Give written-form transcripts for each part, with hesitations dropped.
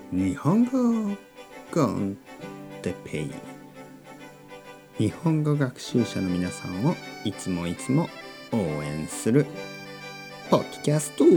日本語コンテペイ。日本語学習者の皆さんをいつも応援するポッドキャスト。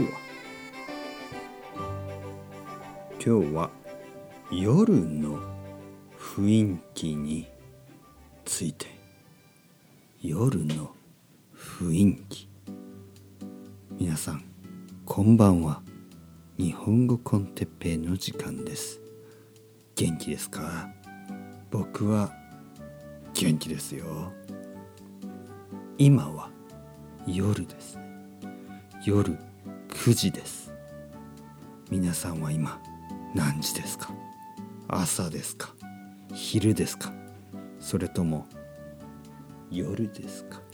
今日は夜の雰囲気について。夜の雰囲気。皆さんこんばんは。日本語コンテッペイの時間です。元気ですか？僕は元気ですよ。今は夜です。夜9時です。皆さんは今何時ですか？朝ですか？昼ですか？それとも夜ですか？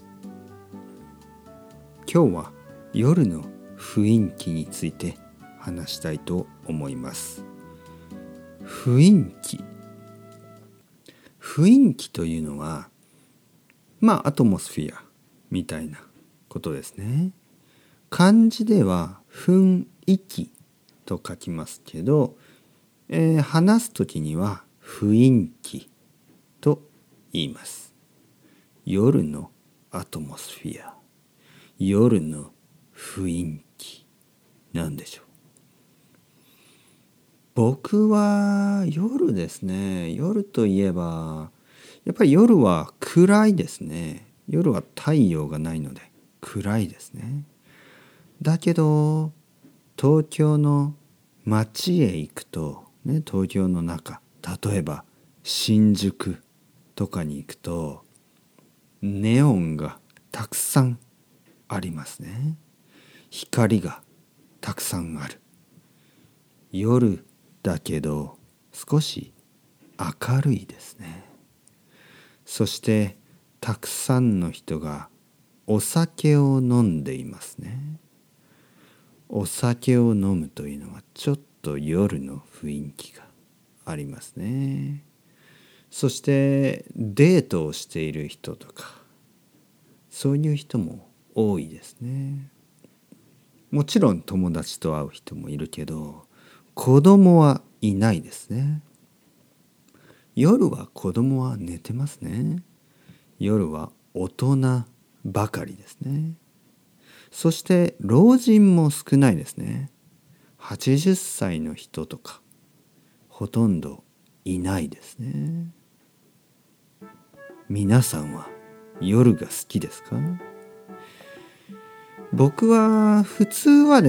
今日は夜の雰囲気について話したいと思います。雰囲気というのはアトモスフィアみたいなことですね。漢字では雰囲気と書きますけど、話すときには雰囲気と言います。夜のアトモスフィア、夜の雰囲気なんでしょう。僕は夜ですね。夜といえばやっぱり夜は暗いですね。夜は太陽がないので暗いですね。だけど東京の街へ行くとね、東京の中、例えば新宿とかに行くとネオンがたくさんありますね。光がたくさんある。夜だけど少し明るいですね。そしてたくさんの人がお酒を飲んでいますね。お酒を飲むというのはちょっと夜の雰囲気がありますね。そしてデートをしている人とかそういう人も多いですね。もちろん友達と会う人もいるけど子供はいないですね。夜は子供は寝てますね。夜は大人ばかりですね。そして老人も少ないですね。80歳の人とかほとんどいないですね。皆さんは夜が好きですか？僕は普通は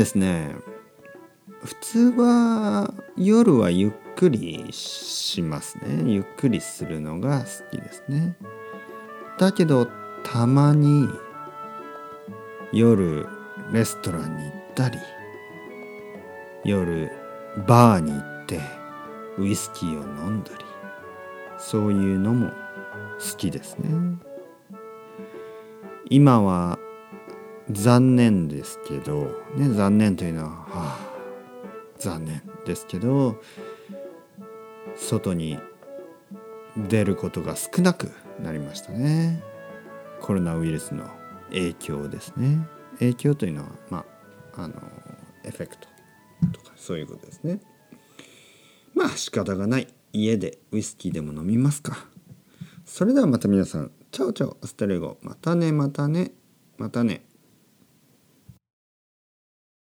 夜はゆっくりしますね。ゆっくりするのが好きですね。だけどたまに夜レストランに行ったり、夜バーに行ってウイスキーを飲んだり、そういうのも好きですね。今は残念ですけどね、残念というのは、残念ですけど外に出ることが少なくなりましたね。コロナウイルスの影響ですね。影響というのはエフェクトとかそういうことですね。仕方がない。家でウイスキーでも飲みますか。それではまた皆さん、チャオチャオ、アスタレゴ、またね。